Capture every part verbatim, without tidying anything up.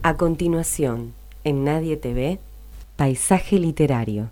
A continuación, en Nadie Te Ve, Paisaje Literario.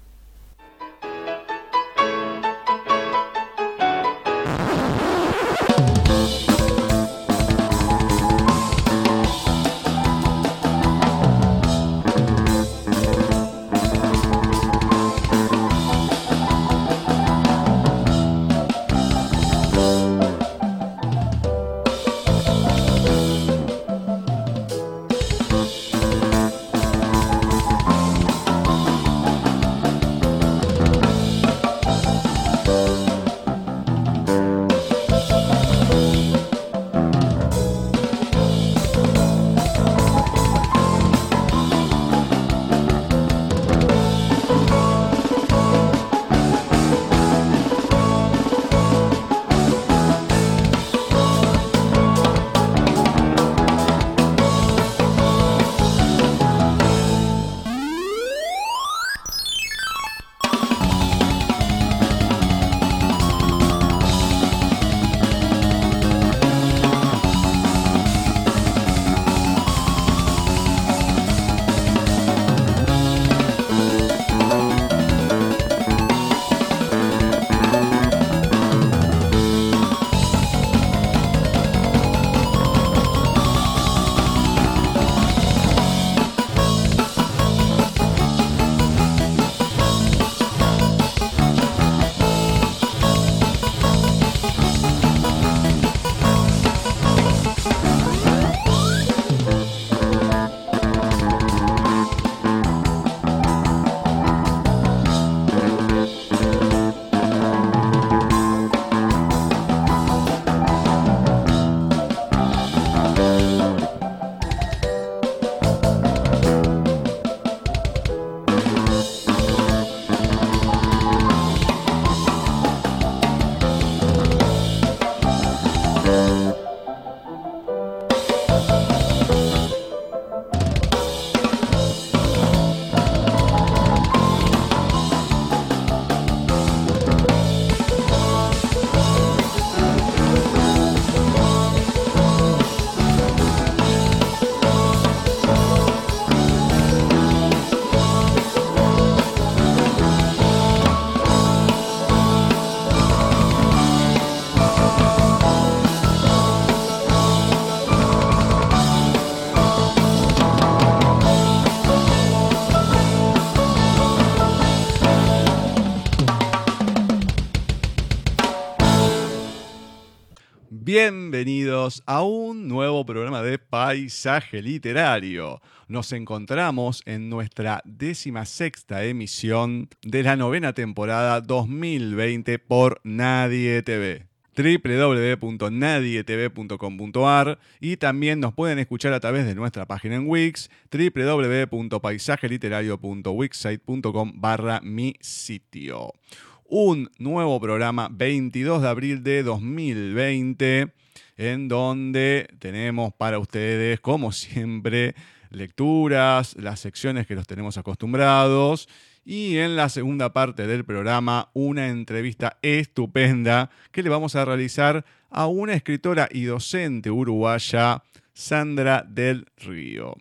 Bienvenidos a un nuevo programa de Paisaje Literario. Nos encontramos en nuestra décima sexta emisión de la novena temporada dos mil veinte por Nadie Te Ve. doble u doble u doble u punto nadie te ve punto com punto a r y también nos pueden escuchar a través de nuestra página en Wix, doble u doble u doble u punto paisaje literario punto wixsite punto com barra mi sitio. Un nuevo programa, veintidós de abril de dos mil veinte, en donde tenemos para ustedes, como siempre, lecturas, las secciones que los tenemos acostumbrados, y en la segunda parte del programa, una entrevista estupenda que le vamos a realizar a una escritora y docente uruguaya, Sandra del Río.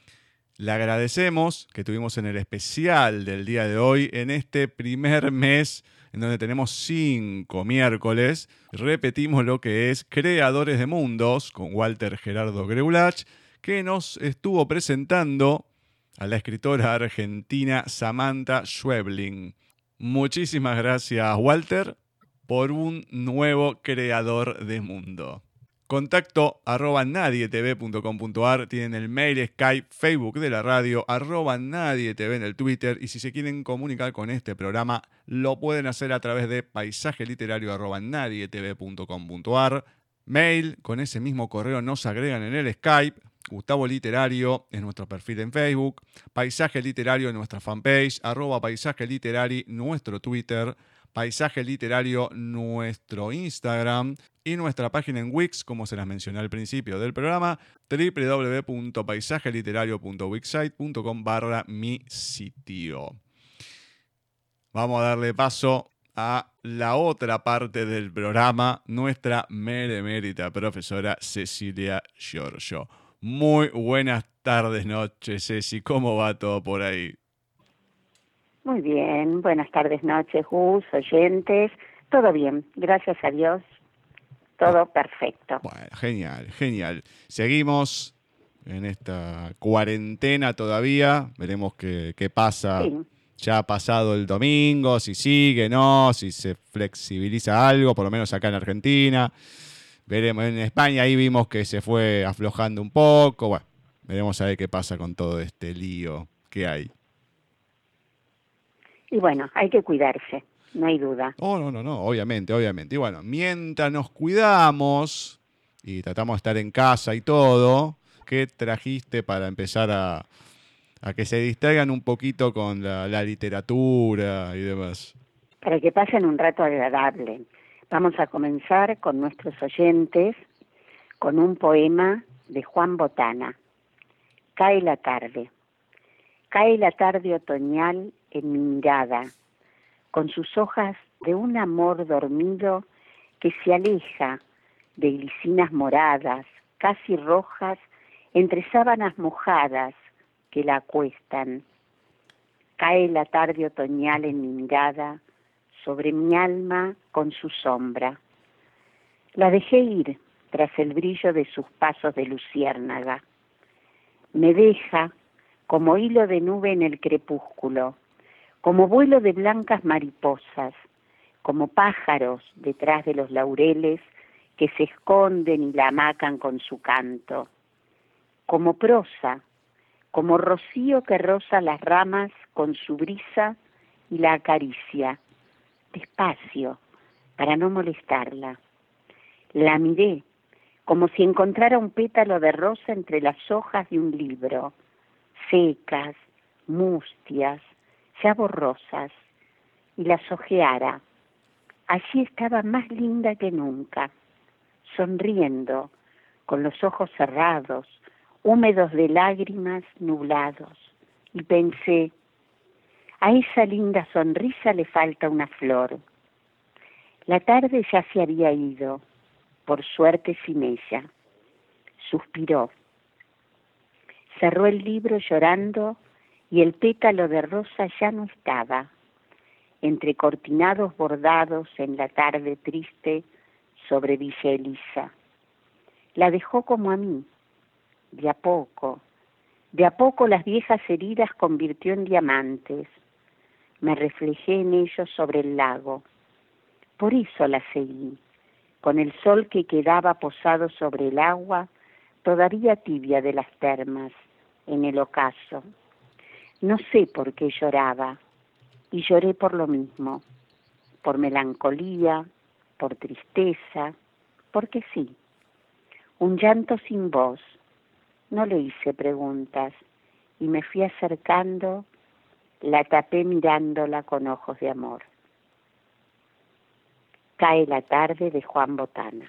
Le agradecemos que tuvimos en el especial del día de hoy, en este primer mes, en donde tenemos cinco miércoles. Repetimos lo que es Creadores de Mundos, con Walter Gerardo Greulach, que nos estuvo presentando a la escritora argentina Samantha Schweblin. Muchísimas gracias, Walter, por un nuevo creador de mundo. Contacto arroba nadie te ve punto com punto a r, tienen el mail, Skype, Facebook de la radio, arroba nadie te ve en el Twitter, y si se quieren comunicar con este programa, lo pueden hacer a través de paisaje literario arroba nadie te ve punto com punto a r. Mail, con ese mismo correo nos agregan en el Skype, Gustavo Literario en nuestro perfil en Facebook, Paisaje Literario en nuestra fanpage, arroba Paisaje Literari nuestro Twitter, Paisaje Literario nuestro Instagram y nuestra página en Wix, como se las mencioné al principio del programa, doble u doble u doble u punto paisaje literario punto wixsite punto com barra mi sitio. Vamos a darle paso a la otra parte del programa, nuestra meremérita profesora Cecilia Giorgio. Muy buenas tardes, noches, Ceci. ¿Cómo va todo por ahí? Muy bien, buenas tardes, noches, Gus, oyentes. Todo bien, gracias a Dios. Todo perfecto. Bueno, genial, genial. Seguimos en esta cuarentena todavía. Veremos qué, qué pasa. Sí. Ya ha pasado el domingo, si sigue, no, si se flexibiliza algo, por lo menos acá en Argentina. Veremos, en España ahí vimos que se fue aflojando un poco. Bueno, veremos a ver qué pasa con todo este lío que hay. Y bueno, hay que cuidarse, no hay duda. Oh, no, no, no, obviamente, obviamente. Y bueno, mientras nos cuidamos y tratamos de estar en casa y todo, ¿qué trajiste para empezar a, a que se distraigan un poquito con la, la literatura y demás? Para que pasen un rato agradable. Vamos a comenzar con nuestros oyentes con un poema de Juan Botana. Cae la tarde. Cae la tarde otoñal en mi mirada, con sus hojas de un amor dormido que se aleja de glicinas moradas, casi rojas, entre sábanas mojadas que la acuestan. Cae la tarde otoñal en mi mirada, sobre mi alma con su sombra. La dejé ir tras el brillo de sus pasos de luciérnaga. Me deja como hilo de nube en el crepúsculo, como vuelo de blancas mariposas, como pájaros detrás de los laureles que se esconden y la amacan con su canto, como prosa, como rocío que roza las ramas con su brisa y la acaricia, despacio, para no molestarla. La miré como si encontrara un pétalo de rosa entre las hojas de un libro, secas, mustias, ya borrosas, y las hojeara. Allí estaba más linda que nunca, sonriendo, con los ojos cerrados, húmedos de lágrimas, nublados. Y pensé, a esa linda sonrisa le falta una flor. La tarde ya se había ido, por suerte sin ella. Suspiró. Cerró el libro llorando y el pétalo de rosa ya no estaba. Entre cortinados bordados en la tarde triste sobre Villa Elisa. La dejó como a mí, de a poco. De a poco las viejas heridas convirtió en diamantes. Me reflejé en ellos sobre el lago. Por eso la seguí, con el sol que quedaba posado sobre el agua, todavía tibia de las termas, en el ocaso. No sé por qué lloraba, y lloré por lo mismo, por melancolía, por tristeza, porque sí. Un llanto sin voz. No le hice preguntas, y me fui acercando, la tapé mirándola con ojos de amor. Cae la tarde de Juan Botana.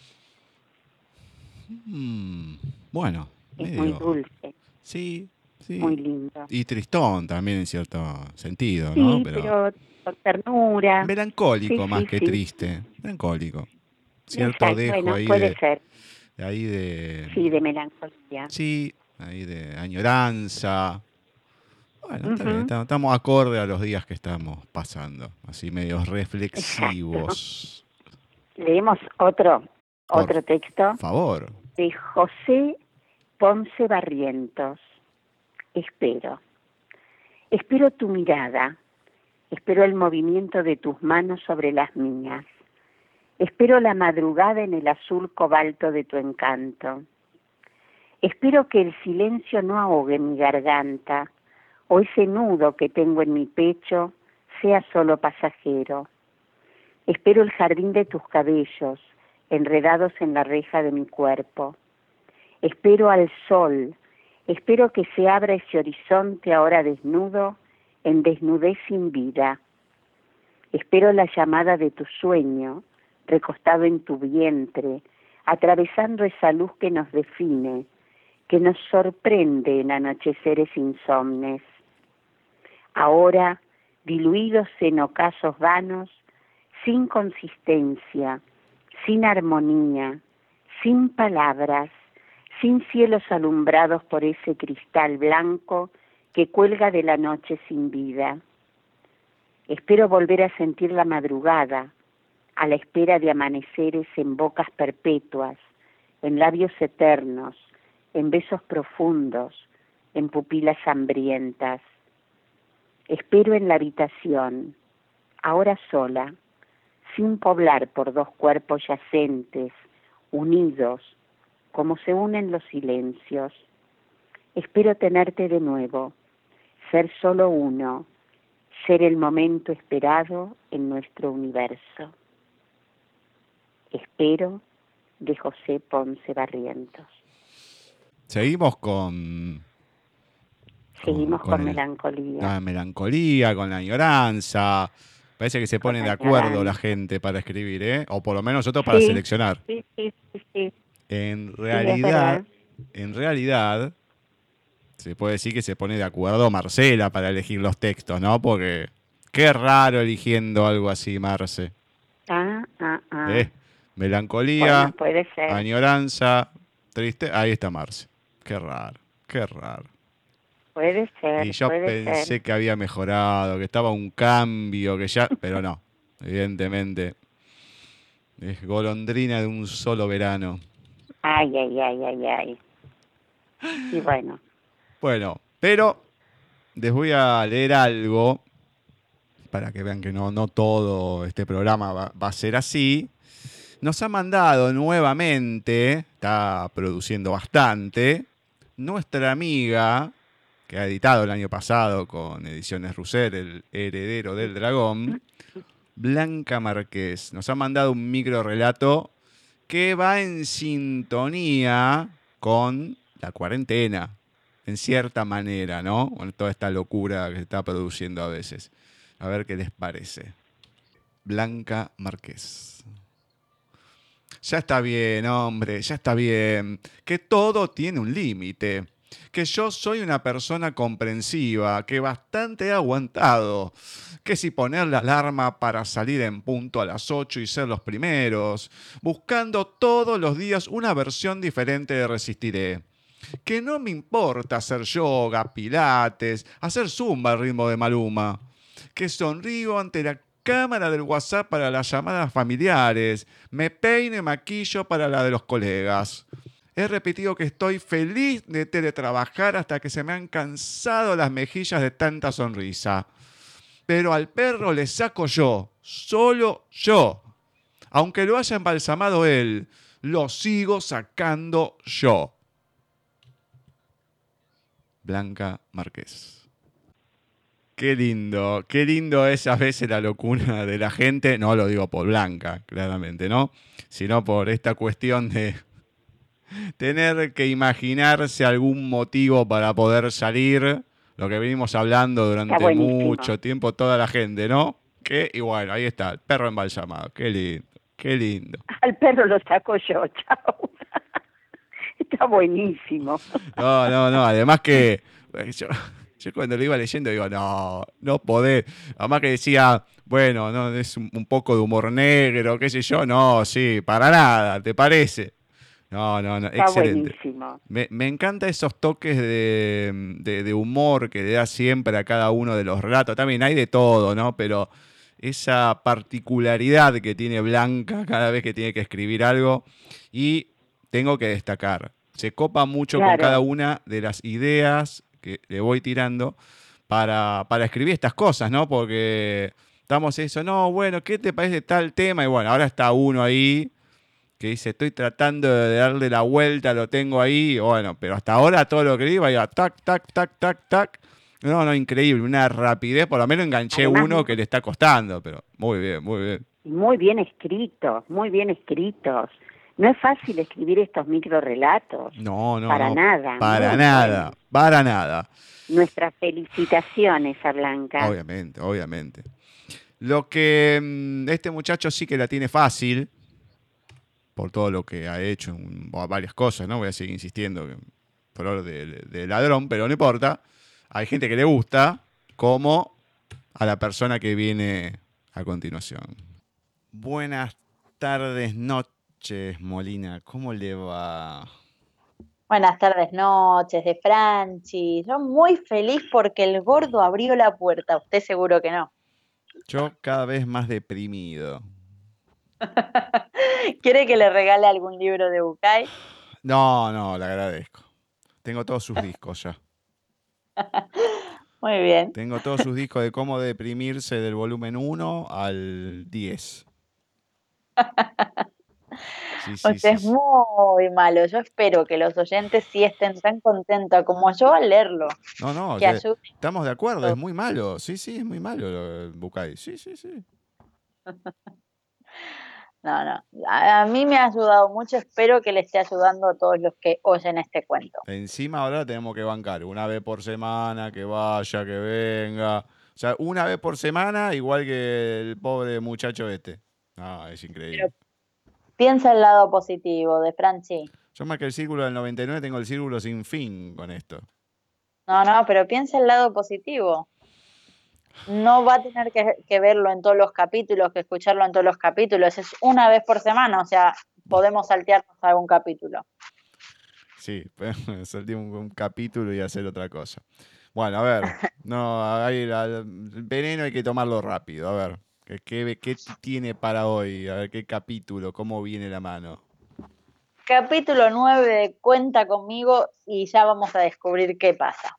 Mm, bueno, Es medio... muy dulce. Sí, sí. Muy lindo. Y tristón también en cierto sentido, Sí, ¿no? pero, pero con ternura. Melancólico Sí, más sí, que sí. triste. Melancólico. Cierto Exacto, dejo bueno, ahí puede de, ser. de ahí de... Sí, de melancolía. Sí, ahí de añoranza. Bueno, está bien, Uh-huh. está- estamos acorde a los días que estamos pasando, así medios Exacto. reflexivos. Leemos otro, Por otro texto favor. de José Ponce Barrientos. Espero. Espero tu mirada. Espero el movimiento de tus manos sobre las mías. Espero la madrugada en el azul cobalto de tu encanto. Espero que el silencio no ahogue mi garganta, o ese nudo que tengo en mi pecho sea solo pasajero. Espero el jardín de tus cabellos, enredados en la reja de mi cuerpo. Espero al sol, espero que se abra ese horizonte ahora desnudo, en desnudez sin vida. Espero la llamada de tu sueño, recostado en tu vientre, atravesando esa luz que nos define, que nos sorprende en anocheceres insomnes. Ahora, diluidos en ocasos vanos, sin consistencia, sin armonía, sin palabras, sin cielos alumbrados por ese cristal blanco que cuelga de la noche sin vida. Espero volver a sentir la madrugada, a la espera de amaneceres en bocas perpetuas, en labios eternos, en besos profundos, en pupilas hambrientas. Espero en la habitación, ahora sola, sin poblar por dos cuerpos yacentes, unidos, como se unen los silencios. Espero tenerte de nuevo, ser solo uno, ser el momento esperado en nuestro universo. Espero, de José Ponce Barrientos. Seguimos con... Seguimos con, con, con el, melancolía. La melancolía, con la añoranza. Parece que se pone de acuerdo la gente para escribir, ¿eh? O por lo menos nosotros para sí, seleccionar. Sí, sí, sí, sí. En realidad, sí, en realidad, se puede decir que se pone de acuerdo Marcela para elegir los textos, ¿no? Porque qué raro eligiendo algo así, Marce. Ah, ah, ah. ¿Eh? Melancolía, bueno, puede ser. Añoranza, triste. Ahí está Marce. Qué raro, qué raro. Puede ser. Y yo puede pensé ser. que había mejorado, que estaba un cambio, que ya, pero no, evidentemente. Es golondrina de un solo verano. Ay, ay, ay, ay, ay. Y bueno. Bueno, pero les voy a leer algo para que vean que no, no todo este programa va, va a ser así. Nos ha mandado nuevamente, está produciendo bastante, nuestra amiga, que ha editado el año pasado con Ediciones Russer, El Heredero del Dragón, Blanca Márquez. Nos ha mandado un micro relato que va en sintonía con la cuarentena, en cierta manera, ¿no? Con toda esta locura que se está produciendo a veces. A ver qué les parece. Blanca Márquez. Ya está bien, hombre, ya está bien. Que todo tiene un límite. Que yo soy una persona comprensiva, que bastante he aguantado. Que si poner la alarma para salir en punto a las ocho y ser los primeros, buscando todos los días una versión diferente de Resistiré. Que no me importa hacer yoga, pilates, hacer zumba al ritmo de Maluma. Que sonrío ante la cámara del WhatsApp para las llamadas familiares. Me peino y maquillo para la de los colegas. He repetido que estoy feliz de teletrabajar hasta que se me han cansado las mejillas de tanta sonrisa. Pero al perro le saco yo, solo yo. Aunque lo haya embalsamado él, lo sigo sacando yo. Blanca Márquez. Qué lindo, qué lindo es a veces la locura de la gente. No lo digo por Blanca, claramente, ¿no? Sino por esta cuestión de tener que imaginarse algún motivo para poder salir. Lo que venimos hablando durante mucho tiempo toda la gente, ¿no? Que, y bueno, ahí está, el perro embalsamado. Qué lindo, qué lindo. Al perro lo saco yo, chao. Está buenísimo. No, no, no, además que yo, yo cuando lo iba leyendo digo, no, no podés. Además que decía, bueno, no es un, un poco de humor negro, qué sé yo. No, sí, para nada, ¿te parece? No, no, no, está excelente. Buenísimo. Me, me encantan esos toques de, de, de humor que le da siempre a cada uno de los relatos. También hay de todo, ¿no? Pero esa particularidad que tiene Blanca cada vez que tiene que escribir algo. Y tengo que destacar, se copa mucho claro. con cada una de las ideas que le voy tirando para, para escribir estas cosas, ¿no? Porque estamos eso, no, bueno, ¿qué te parece tal tema? Y bueno, ahora está uno ahí que dice, estoy tratando de darle la vuelta, lo tengo ahí, bueno, pero hasta ahora todo lo que iba, iba tac, tac, tac, tac, tac. No, no, increíble, una rapidez, por lo menos enganché Además, uno que le está costando, pero muy bien, muy bien. Muy bien escritos, muy bien escritos. No es fácil escribir estos microrelatos. No, no, Para no, nada. Para nada, bueno. para nada. Nuestras felicitaciones a Blanca. Obviamente, obviamente. Lo que este muchacho sí que la tiene fácil, por todo lo que ha hecho, varias cosas, ¿no? Voy a seguir insistiendo, por de, de ladrón, pero no importa. Hay gente que le gusta, como a la persona que viene a continuación. Buenas tardes, noches, Molina. ¿Cómo le va? Buenas tardes, noches, de Franchi. Yo muy feliz porque el gordo abrió la puerta. Usted seguro que no. Yo cada vez más deprimido. ¿Quiere que le regale algún libro de Bucay? No, no, le agradezco. Tengo todos sus discos ya. Muy bien. Tengo todos sus discos de cómo deprimirse del volumen uno al diez. Sí, sí, Usted sí, es sí. muy malo. Yo espero que los oyentes sí estén tan contentos como yo al leerlo. No, no, Que de- ayude. estamos de acuerdo, es muy malo. Sí, sí, es muy malo lo- el Bucay. Sí, sí, sí. No, no. A, a mí me ha ayudado mucho. Espero que le esté ayudando a todos los que oyen este cuento. Encima ahora tenemos que bancar una vez por semana, que vaya, que venga. O sea, una vez por semana, igual que el pobre muchacho este. Ah, es Pero increíble. piensa el lado positivo de Franchi. Yo más que el círculo del noventa y nueve tengo el círculo sin fin con esto. No, no, pero piensa el lado positivo. No va a tener que, que verlo en todos los capítulos, que escucharlo en todos los capítulos. Es una vez por semana, o sea, podemos saltearnos algún capítulo. Sí, podemos saltar un, un capítulo y hacer otra cosa. Bueno, a ver. No, hay la- el veneno hay que tomarlo rápido. A ver. ¿Qué, qué, qué tiene para hoy? A ver, qué capítulo, cómo viene la mano. Capítulo nueve de Cuenta conmigo y ya vamos a descubrir qué pasa.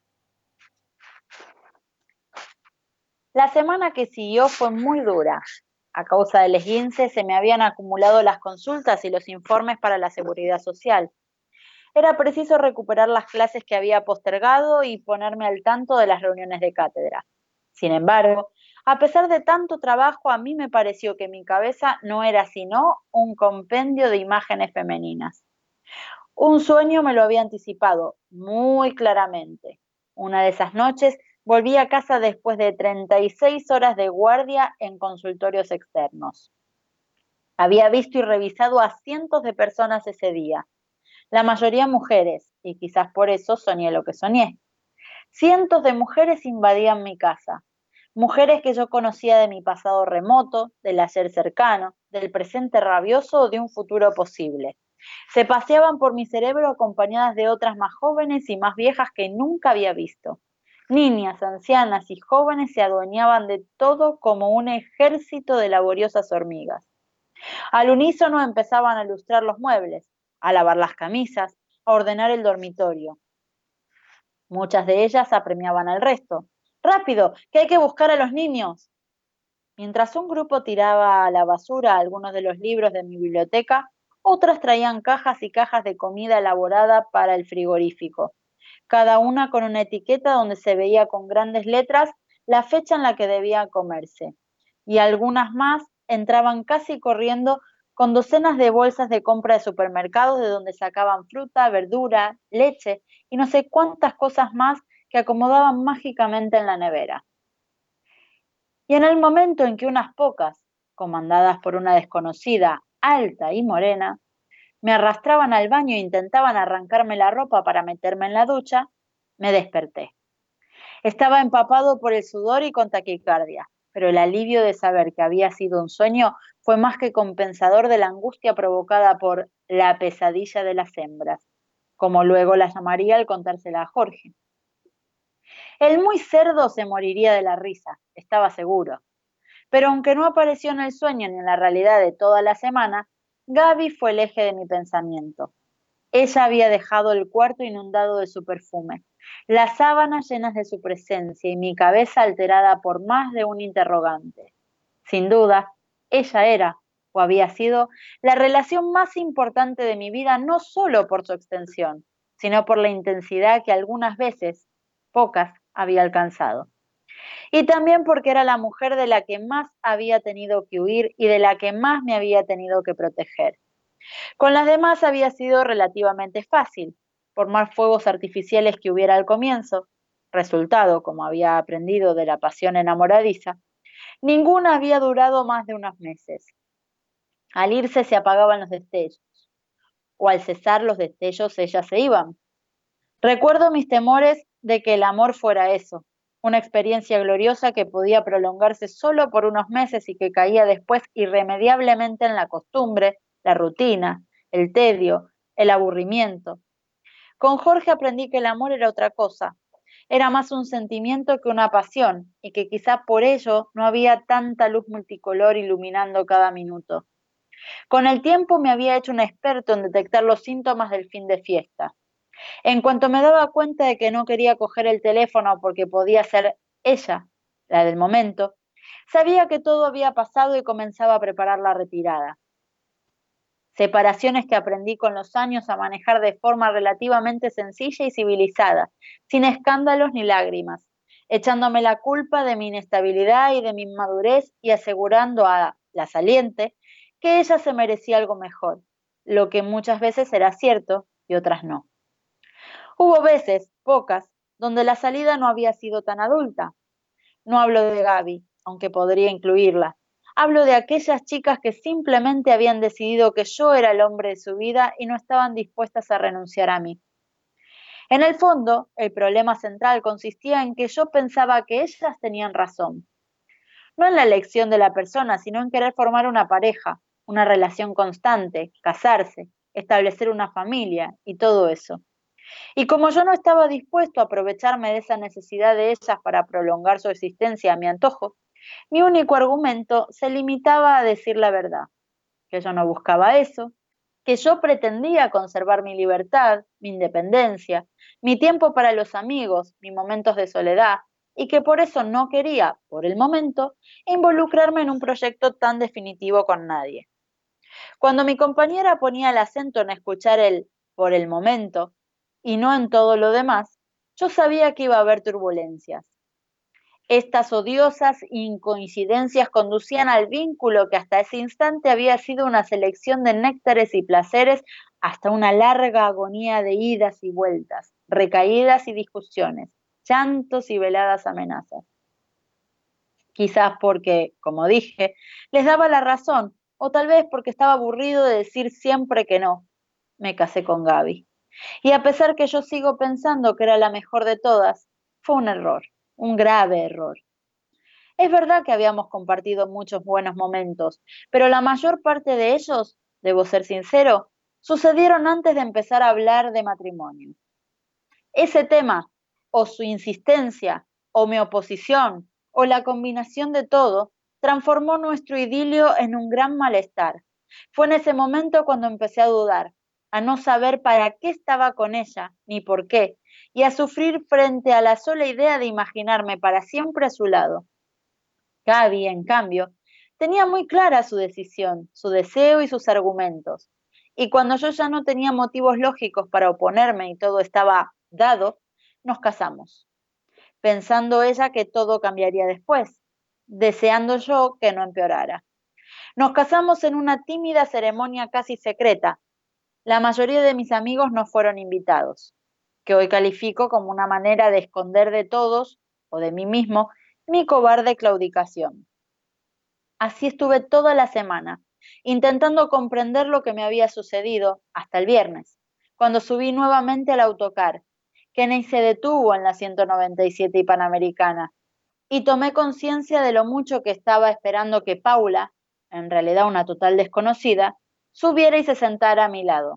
La semana que siguió fue muy dura. A causa del esguince se me habían acumulado las consultas y los informes para la seguridad social. Era preciso recuperar las clases que había postergado y ponerme al tanto de las reuniones de cátedra. Sin embargo, a pesar de tanto trabajo, a mí me pareció que mi cabeza no era sino un compendio de imágenes femeninas. Un sueño me lo había anticipado muy claramente. Una de esas noches volví a casa después de treinta y seis horas de guardia en consultorios externos. Había visto y revisado a cientos de personas ese día, la mayoría mujeres, y quizás por eso soñé lo que soñé. Cientos de mujeres invadían mi casa, mujeres que yo conocía de mi pasado remoto, del ayer cercano, del presente rabioso o de un futuro posible. Se paseaban por mi cerebro acompañadas de otras más jóvenes y más viejas que nunca había visto. Niñas, ancianas y jóvenes se adueñaban de todo como un ejército de laboriosas hormigas. Al unísono empezaban a lustrar los muebles, a lavar las camisas, a ordenar el dormitorio. Muchas de ellas apremiaban al resto. ¡Rápido, que hay que buscar a los niños! Mientras un grupo tiraba a la basura algunos de los libros de mi biblioteca, otras traían cajas y cajas de comida elaborada para el frigorífico, cada una con una etiqueta donde se veía con grandes letras la fecha en la que debía comerse. Y algunas más entraban casi corriendo con docenas de bolsas de compra de supermercados de donde sacaban fruta, verdura, leche y no sé cuántas cosas más que acomodaban mágicamente en la nevera. Y en el momento en que unas pocas, comandadas por una desconocida, alta y morena, me arrastraban al baño e intentaban arrancarme la ropa para meterme en la ducha, me desperté. Estaba empapado por el sudor y con taquicardia, pero el alivio de saber que había sido un sueño fue más que compensador de la angustia provocada por la pesadilla de las hembras, como luego la llamaría al contársela a Jorge. El muy cerdo se moriría de la risa, estaba seguro. Pero aunque no apareció en el sueño ni en la realidad de toda la semana, Gaby fue el eje de mi pensamiento. Ella había dejado el cuarto inundado de su perfume, las sábanas llenas de su presencia y mi cabeza alterada por más de un interrogante. Sin duda, ella era, o había sido, la relación más importante de mi vida, no solo por su extensión, sino por la intensidad que algunas veces, pocas, había alcanzado. Y también porque era la mujer de la que más había tenido que huir y de la que más me había tenido que proteger. Con las demás había sido relativamente fácil, por más fuegos artificiales que hubiera al comienzo, resultado, como había aprendido de la pasión enamoradiza, ninguna había durado más de unos meses. Al irse se apagaban los destellos, o al cesar los destellos ellas se iban. Recuerdo mis temores de que el amor fuera eso, una experiencia gloriosa que podía prolongarse solo por unos meses y que caía después irremediablemente en la costumbre, la rutina, el tedio, el aburrimiento. Con Jorge aprendí que el amor era otra cosa, era más un sentimiento que una pasión, y que quizá por ello no había tanta luz multicolor iluminando cada minuto. Con el tiempo me había hecho un experto en detectar los síntomas del fin de fiesta. En cuanto me daba cuenta de que no quería coger el teléfono porque podía ser ella, la del momento, sabía que todo había pasado y comenzaba a preparar la retirada. Separaciones que aprendí con los años a manejar de forma relativamente sencilla y civilizada, sin escándalos ni lágrimas, echándome la culpa de mi inestabilidad y de mi inmadurez y asegurando a la saliente que ella se merecía algo mejor, lo que muchas veces era cierto y otras no. Hubo veces, pocas, donde la salida no había sido tan adulta. No hablo de Gaby, aunque podría incluirla. Hablo de aquellas chicas que simplemente habían decidido que yo era el hombre de su vida y no estaban dispuestas a renunciar a mí. En el fondo, el problema central consistía en que yo pensaba que ellas tenían razón. No en la elección de la persona, sino en querer formar una pareja, una relación constante, casarse, establecer una familia y todo eso. Y como yo no estaba dispuesto a aprovecharme de esa necesidad de ellas para prolongar su existencia a mi antojo, mi único argumento se limitaba a decir la verdad, que yo no buscaba eso, que yo pretendía conservar mi libertad, mi independencia, mi tiempo para los amigos, mis momentos de soledad, y que por eso no quería, por el momento, involucrarme en un proyecto tan definitivo con nadie. Cuando mi compañera ponía el acento en escuchar el por el momento, y no en todo lo demás, yo sabía que iba a haber turbulencias. Estas odiosas incoincidencias conducían al vínculo que hasta ese instante había sido una selección de néctares y placeres hasta una larga agonía de idas y vueltas, recaídas y discusiones, llantos y veladas amenazas. Quizás porque, como dije, les daba la razón, o tal vez porque estaba aburrido de decir siempre que no. Me casé con Gaby. Y a pesar que yo sigo pensando que era la mejor de todas, fue un error, un grave error. Es verdad que habíamos compartido muchos buenos momentos, pero la mayor parte de ellos, debo ser sincero, sucedieron antes de empezar a hablar de matrimonio. Ese tema, o su insistencia, o mi oposición, o la combinación de todo, transformó nuestro idilio en un gran malestar. Fue en ese momento cuando empecé a dudar, a no saber para qué estaba con ella, ni por qué, y a sufrir frente a la sola idea de imaginarme para siempre a su lado. Gaby, en cambio, tenía muy clara su decisión, su deseo y sus argumentos. Y cuando yo ya no tenía motivos lógicos para oponerme y todo estaba dado, nos casamos, pensando ella que todo cambiaría después, deseando yo que no empeorara. Nos casamos en una tímida ceremonia casi secreta. La mayoría de mis amigos no fueron invitados, que hoy califico como una manera de esconder de todos, o de mí mismo, mi cobarde claudicación. Así estuve toda la semana, intentando comprender lo que me había sucedido hasta el viernes, cuando subí nuevamente al autocar, que ni se detuvo en la ciento noventa y siete y Panamericana, y tomé conciencia de lo mucho que estaba esperando que Paula, en realidad una total desconocida, subiera y se sentara a mi lado.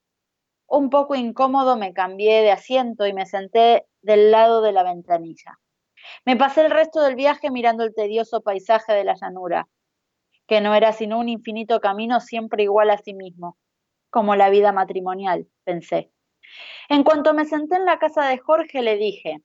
Un poco incómodo me cambié de asiento y me senté del lado de la ventanilla. Me pasé el resto del viaje mirando el tedioso paisaje de la llanura, que no era sino un infinito camino siempre igual a sí mismo, como la vida matrimonial, pensé. En cuanto me senté en la casa de Jorge, le dije: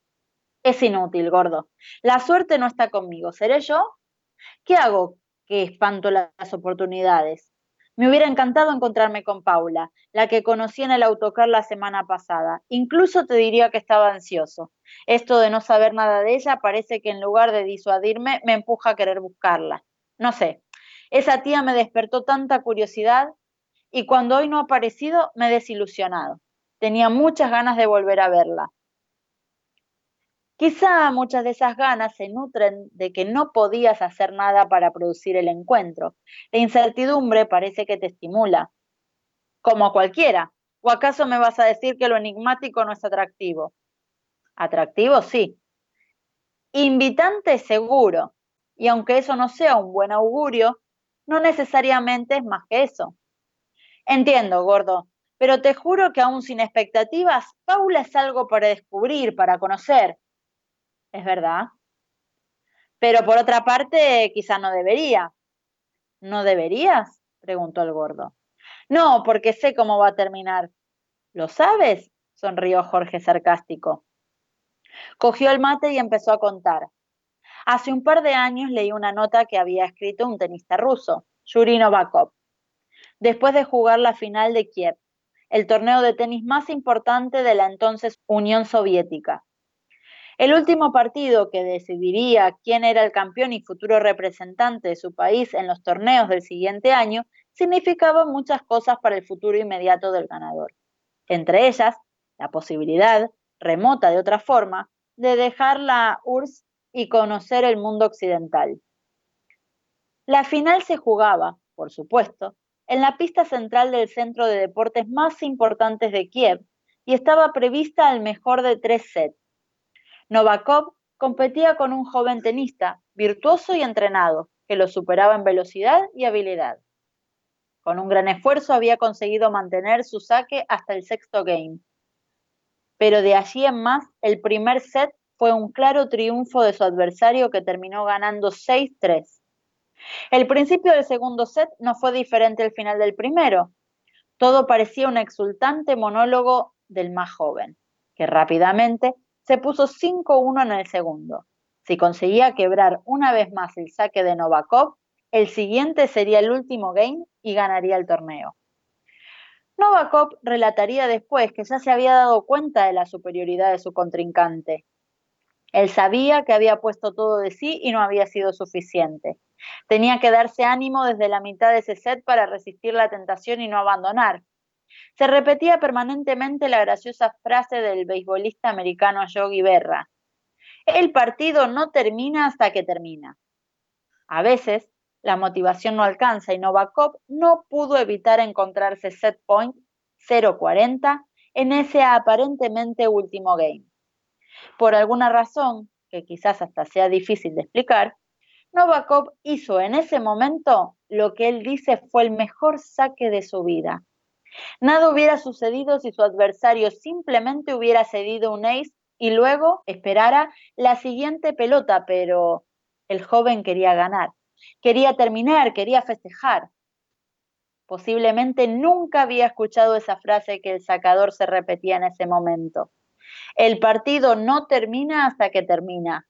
es inútil, gordo. La suerte no está conmigo. ¿Seré yo? ¿Qué hago que espanto las oportunidades? Me hubiera encantado encontrarme con Paula, la que conocí en el autocar la semana pasada. Incluso te diría que estaba ansioso. Esto de no saber nada de ella parece que en lugar de disuadirme, me empuja a querer buscarla. No sé, esa tía me despertó tanta curiosidad y cuando hoy no ha aparecido me he desilusionado. Tenía muchas ganas de volver a verla. Quizá muchas de esas ganas se nutren de que no podías hacer nada para producir el encuentro. La incertidumbre parece que te estimula, como a cualquiera. ¿O acaso me vas a decir que lo enigmático no es atractivo? Atractivo, sí. Invitante, seguro. Y aunque eso no sea un buen augurio, no necesariamente es más que eso. Entiendo, gordo. pero te juro que aún sin expectativas, Paula es algo para descubrir, para conocer. ¿Es verdad? Pero por otra parte, quizá no debería. ¿No deberías?, preguntó el gordo. No, porque sé cómo va a terminar. ¿Lo sabes?, sonrió Jorge sarcástico. Cogió el mate y empezó a contar. Hace un par de años leí una nota que había escrito un tenista ruso, Yuri Novakov, después de jugar la final de Kiev, el torneo de tenis más importante de la entonces Unión Soviética. El último partido que decidiría quién era el campeón y futuro representante de su país en los torneos del siguiente año significaba muchas cosas para el futuro inmediato del ganador. Entre ellas, la posibilidad, remota de otra forma, de dejar la U R S S y conocer el mundo occidental. La final se jugaba, por supuesto, en la pista central del centro de deportes más importantes de Kiev y estaba prevista al mejor de tres sets. Novakov competía con un joven tenista, virtuoso y entrenado, que lo superaba en velocidad y habilidad. Con un gran esfuerzo había conseguido mantener su saque hasta el sexto game. Pero de allí en más, el primer set fue un claro triunfo de su adversario que terminó ganando seis tres. El principio del segundo set no fue diferente al final del primero. Todo parecía un exultante monólogo del más joven, que rápidamente se puso cinco uno en el segundo. Si conseguía quebrar una vez más el saque de Novakov, el siguiente sería el último game y ganaría el torneo. Novakov relataría después que ya se había dado cuenta de la superioridad de su contrincante. Él sabía que había puesto todo de sí y no había sido suficiente. Tenía que darse ánimo desde la mitad de ese set para resistir la tentación y no abandonar. Se repetía permanentemente la graciosa frase del beisbolista americano Yogi Berra: el partido no termina hasta que termina. A veces, la motivación no alcanza y Novakov no pudo evitar encontrarse set point cero cuarenta en ese aparentemente último game. Por alguna razón, que quizás hasta sea difícil de explicar, Novakov hizo en ese momento lo que él dice fue el mejor saque de su vida. Nada hubiera sucedido si su adversario simplemente hubiera cedido un ace y luego esperara la siguiente pelota, pero el joven quería ganar, quería terminar, quería festejar. Posiblemente nunca había escuchado esa frase que el sacador se repetía en ese momento. El partido no termina hasta que termina.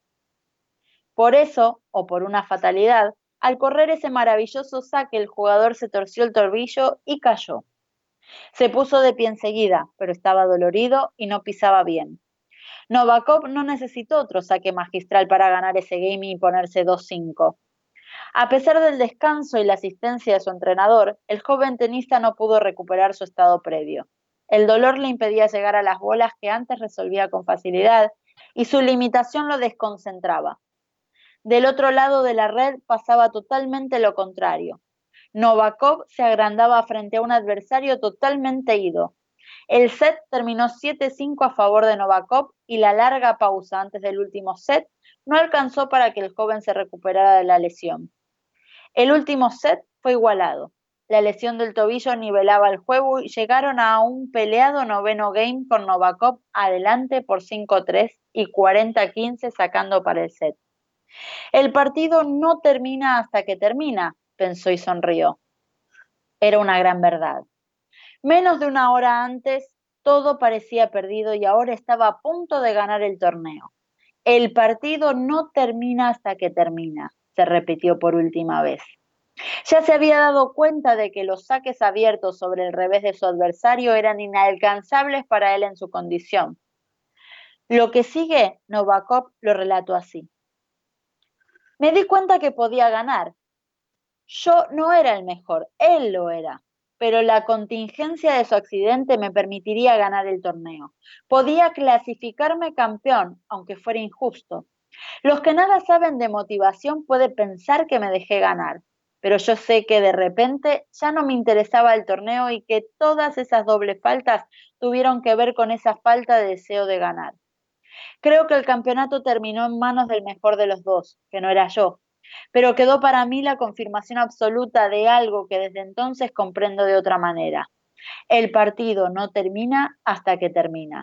Por eso, o por una fatalidad, al correr ese maravilloso saque, el jugador se torció el tobillo y cayó. Se puso de pie enseguida, pero estaba dolorido y no pisaba bien. Novakov no necesitó otro saque magistral para ganar ese game y ponerse dos cinco. A pesar del descanso y la asistencia de su entrenador, el joven tenista no pudo recuperar su estado previo. El dolor le impedía llegar a las bolas que antes resolvía con facilidad y su limitación lo desconcentraba. Del otro lado de la red pasaba totalmente lo contrario. Novakov se agrandaba frente a un adversario totalmente ido. El set terminó siete cinco a favor de Novakov y la larga pausa antes del último set no alcanzó para que el joven se recuperara de la lesión. El último set fue igualado. La lesión del tobillo nivelaba el juego y llegaron a un peleado noveno game con Novakov adelante por cinco tres y cuarenta quince sacando para el set. El partido no termina hasta que termina, pensó y sonrió. Era una gran verdad. Menos de una hora antes, todo parecía perdido y ahora estaba a punto de ganar el torneo. El partido no termina hasta que termina, se repitió por última vez. Ya se había dado cuenta de que los saques abiertos sobre el revés de su adversario eran inalcanzables para él en su condición. Lo que sigue, Novakov lo relató así. Me di cuenta que podía ganar. Yo no era el mejor, él lo era, pero la contingencia de su accidente me permitiría ganar el torneo. Podía clasificarme campeón, aunque fuera injusto. Los que nada saben de motivación pueden pensar que me dejé ganar, pero yo sé que de repente ya no me interesaba el torneo y que todas esas dobles faltas tuvieron que ver con esa falta de deseo de ganar. Creo que el campeonato terminó en manos del mejor de los dos, que no era yo, pero quedó para mí la confirmación absoluta de algo que desde entonces comprendo de otra manera. El partido no termina hasta que termina.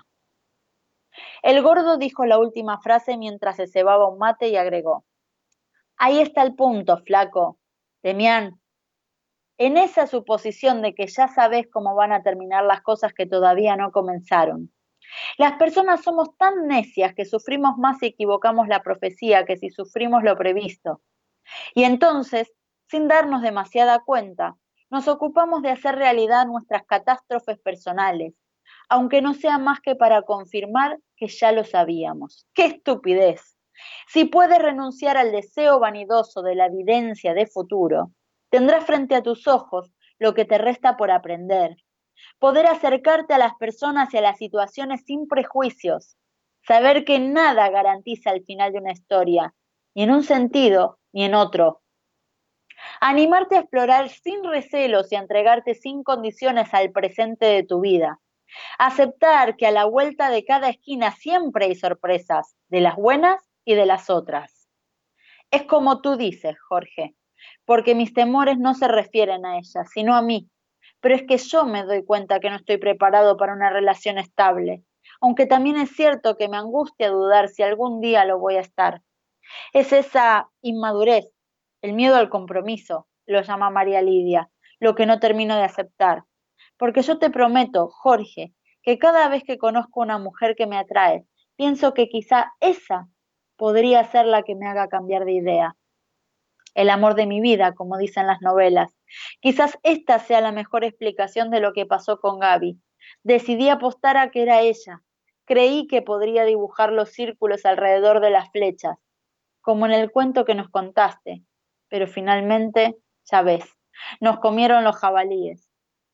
El gordo dijo la última frase mientras se cebaba un mate y agregó: ahí está el punto, flaco. Demián, en esa suposición de que ya sabes cómo van a terminar las cosas que todavía no comenzaron. Las personas somos tan necias que sufrimos más si equivocamos la profecía que si sufrimos lo previsto. Y entonces, sin darnos demasiada cuenta, nos ocupamos de hacer realidad nuestras catástrofes personales, aunque no sea más que para confirmar que ya lo sabíamos. ¡Qué estupidez! Si puedes renunciar al deseo vanidoso de la evidencia de futuro, tendrás frente a tus ojos lo que te resta por aprender. Poder acercarte a las personas y a las situaciones sin prejuicios. Saber que nada garantiza el final de una historia, ni en un sentido ni en otro. Animarte a explorar sin recelos y a entregarte sin condiciones al presente de tu vida. Aceptar que a la vuelta de cada esquina siempre hay sorpresas, de las buenas y de las otras. Es como tú dices, Jorge, porque mis temores no se refieren a ella, sino a mí. Pero es que yo me doy cuenta que no estoy preparado para una relación estable, aunque también es cierto que me angustia dudar si algún día lo voy a estar. Es esa inmadurez, el miedo al compromiso, lo llama María Lidia, lo que no termino de aceptar. Porque yo te prometo, Jorge, que cada vez que conozco a una mujer que me atrae, pienso que quizá esa podría ser la que me haga cambiar de idea. El amor de mi vida, como dicen las novelas. Quizás esta sea la mejor explicación de lo que pasó con Gaby. Decidí apostar a que era ella. Creí que podría dibujar los círculos alrededor de las flechas, como en el cuento que nos contaste. Pero finalmente, ya ves, nos comieron los jabalíes.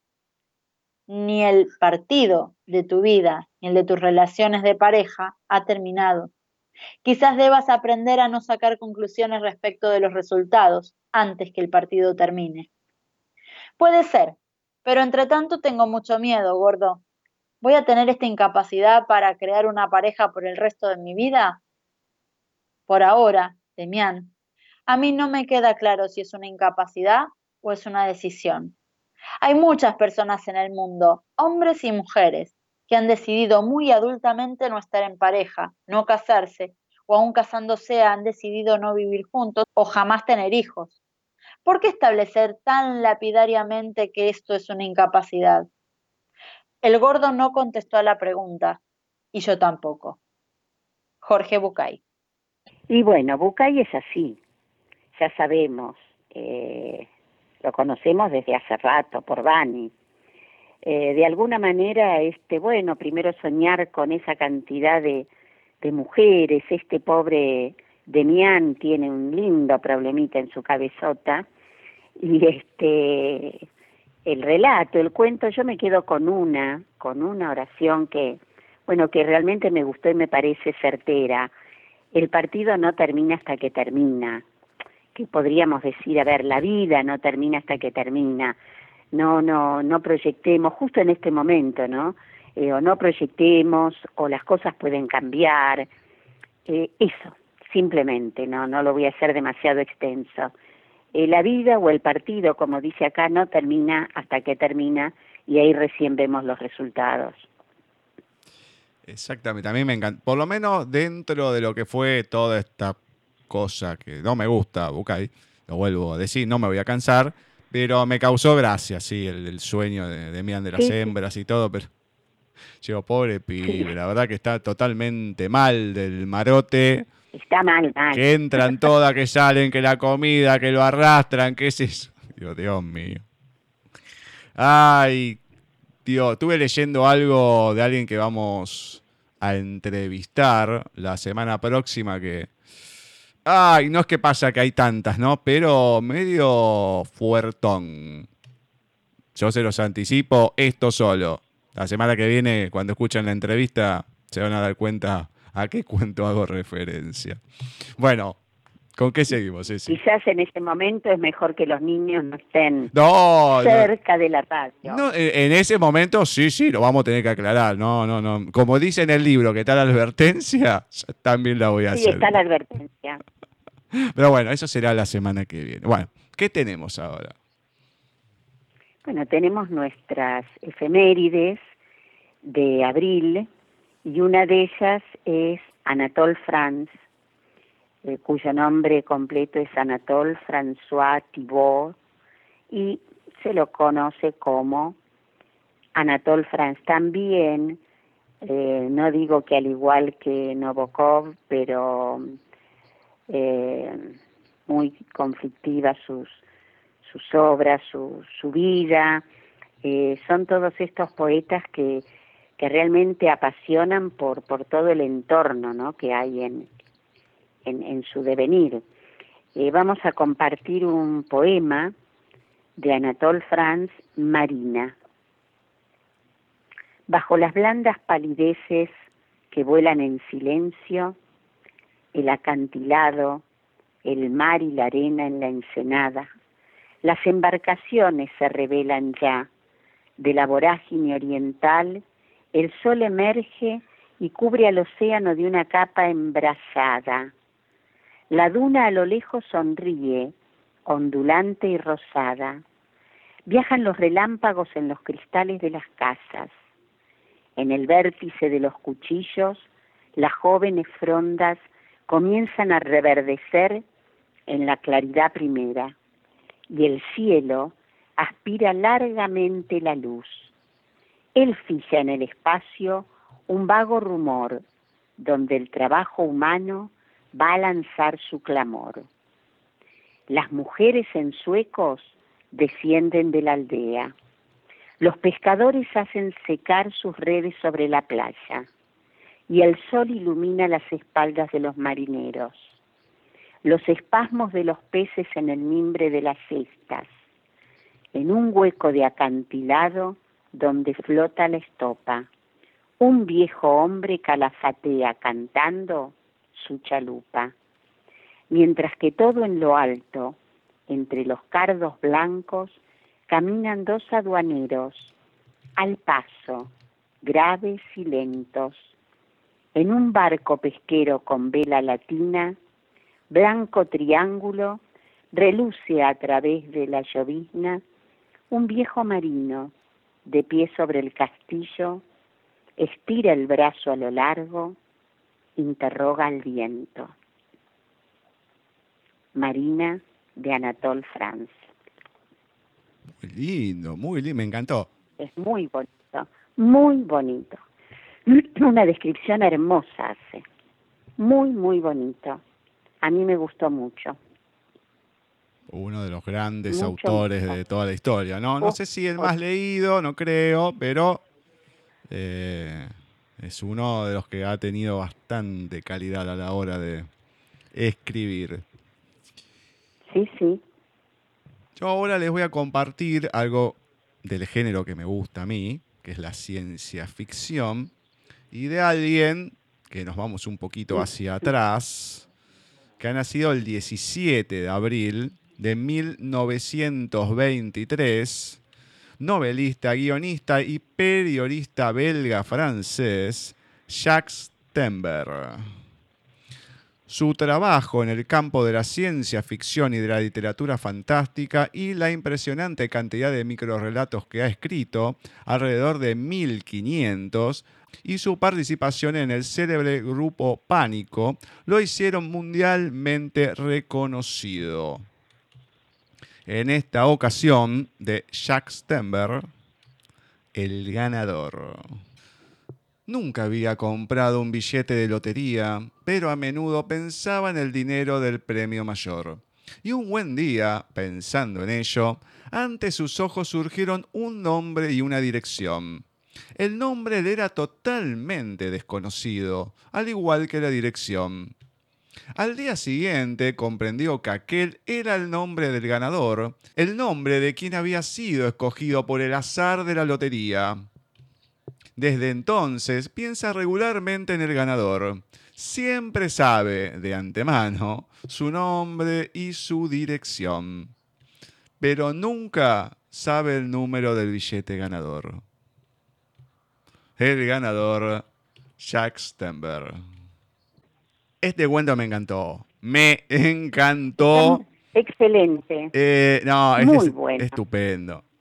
Ni el partido de tu vida, ni el de tus relaciones de pareja ha terminado. Quizás debas aprender a no sacar conclusiones respecto de los resultados antes que el partido termine. Puede ser, pero entre tanto tengo mucho miedo, gordo. ¿Voy a tener esta incapacidad para crear una pareja por el resto de mi vida? Por ahora, Demián, a mí no me queda claro si es una incapacidad o es una decisión. Hay muchas personas en el mundo, hombres y mujeres, que han decidido muy adultamente no estar en pareja, no casarse, o aún casándose han decidido no vivir juntos o jamás tener hijos. ¿Por qué establecer tan lapidariamente que esto es una incapacidad? El gordo no contestó a la pregunta, y yo tampoco. Jorge Bucay. Y bueno, Bucay es así, ya sabemos, eh, lo conocemos desde hace rato por Bani. Eh, de alguna manera, este, bueno, primero soñar con esa cantidad de, de mujeres, este pobre Demián tiene un lindo problemita en su cabezota, y este, el relato, el cuento, yo me quedo con una, con una oración que, bueno, que realmente me gustó y me parece certera. El partido no termina hasta que termina. Que podríamos decir, a ver, la vida no termina hasta que termina. No, no, no proyectemos, justo en este momento, ¿no? Eh, o no proyectemos, o las cosas pueden cambiar. Eh, eso, simplemente, no, no lo voy a hacer demasiado extenso. Eh, la vida o el partido, como dice acá, no termina hasta que termina, y ahí recién vemos los resultados. Exactamente, a mí me encanta, por lo menos dentro de lo que fue toda esta cosa que no me gusta, Bucay, lo vuelvo a decir, no me voy a cansar, pero me causó gracia, sí, el, el sueño de, de Mian de las Sí. hembras y todo, pero digo, pobre pibe, la verdad que está totalmente mal del marote, Está mal, mal. que entran todas, que salen, que la comida, que lo arrastran, que es eso. Digo, Dios mío. Ay, tío, estuve leyendo algo de alguien que vamos a entrevistar la semana próxima que... Ay, no es que pasa que hay tantas, ¿no? Pero medio fuertón. Yo se los anticipo, esto solo. La semana que viene, cuando escuchen la entrevista, se van a dar cuenta a qué cuento hago referencia. Bueno, ¿con qué seguimos, Ceci? Quizás en ese momento es mejor que los niños no estén No, cerca de la radio. no, en en ese momento sí, sí, lo vamos a tener que aclarar. No, no, no. Como dice en el libro que está la advertencia, yo también la voy a Sí, hacer. está la advertencia. Pero bueno, eso será la semana que viene. Bueno, ¿qué tenemos ahora? Bueno, tenemos nuestras efemérides de abril y una de ellas es Anatole France, eh, cuyo nombre completo es Anatole François Thibault y se lo conoce como Anatole France. También, eh, no digo que al igual que Nabokov, pero eh, muy conflictivas sus sus obras, su, su vida, eh, son todos estos poetas que, que realmente apasionan por, por todo el entorno, ¿no?, que hay en, en, en su devenir. Eh, vamos a compartir un poema de Anatole France, Marina. Bajo las blandas palideces que vuelan en silencio, el acantilado, el mar y la arena en la ensenada, las embarcaciones se revelan ya. De la vorágine oriental, el sol emerge y cubre al océano de una capa embrasada. La duna a lo lejos sonríe, ondulante y rosada. Viajan los relámpagos en los cristales de las casas. En el vértice de los cuchillos, las jóvenes frondas comienzan a reverdecer en la claridad primera. Y el cielo aspira largamente la luz. Él fija en el espacio un vago rumor, donde el trabajo humano va a lanzar su clamor. Las mujeres en suecos descienden de la aldea. Los pescadores hacen secar sus redes sobre la playa, y el sol ilumina las espaldas de los marineros. Los espasmos de los peces en el mimbre de las cestas, en un hueco de acantilado donde flota la estopa, un viejo hombre calafatea cantando su chalupa, mientras que todo en lo alto, entre los cardos blancos, caminan dos aduaneros, al paso, graves y lentos. En un barco pesquero con vela latina, blanco triángulo, reluce a través de la llovizna un viejo marino, de pie sobre el castillo, estira el brazo a lo largo, interroga al viento. Marina, de Anatole France. Muy lindo, muy lindo, me encantó. Es muy bonito, muy bonito. Una descripción hermosa hace, muy, muy bonito. A mí me gustó mucho. Uno de los grandes Mucho, autores mucho. de toda la historia, ¿no? No Oh, sé si el oh. más leído, no creo, pero eh, es uno de los que ha tenido bastante calidad a la hora de escribir. Sí, sí. Yo ahora les voy a compartir algo del género que me gusta a mí, que es la ciencia ficción, y de alguien que nos vamos un poquito hacia atrás, que ha nacido el diecisiete de abril de mil novecientos veintitrés, novelista, guionista y periodista belga-francés, Jacques Tember. Su trabajo en el campo de la ciencia ficción y de la literatura fantástica y la impresionante cantidad de microrrelatos que ha escrito, alrededor de mil quinientos, y su participación en el célebre grupo Pánico, lo hicieron mundialmente reconocido. En esta ocasión, de Jacques Tember, el ganador. Nunca había comprado un billete de lotería, pero a menudo pensaba en el dinero del premio mayor. Y un buen día, pensando en ello, ante sus ojos surgieron un nombre y una dirección. El nombre le era totalmente desconocido, al igual que la dirección. Al día siguiente comprendió que aquel era el nombre del ganador, el nombre de quien había sido escogido por el azar de la lotería. Desde entonces piensa regularmente en el ganador. Siempre sabe de antemano su nombre y su dirección, pero nunca sabe el número del billete ganador. El ganador, Jacques Tember. Este cuento me encantó. Me encantó. Excelente. Eh, no, es, Muy es bueno. estupendo.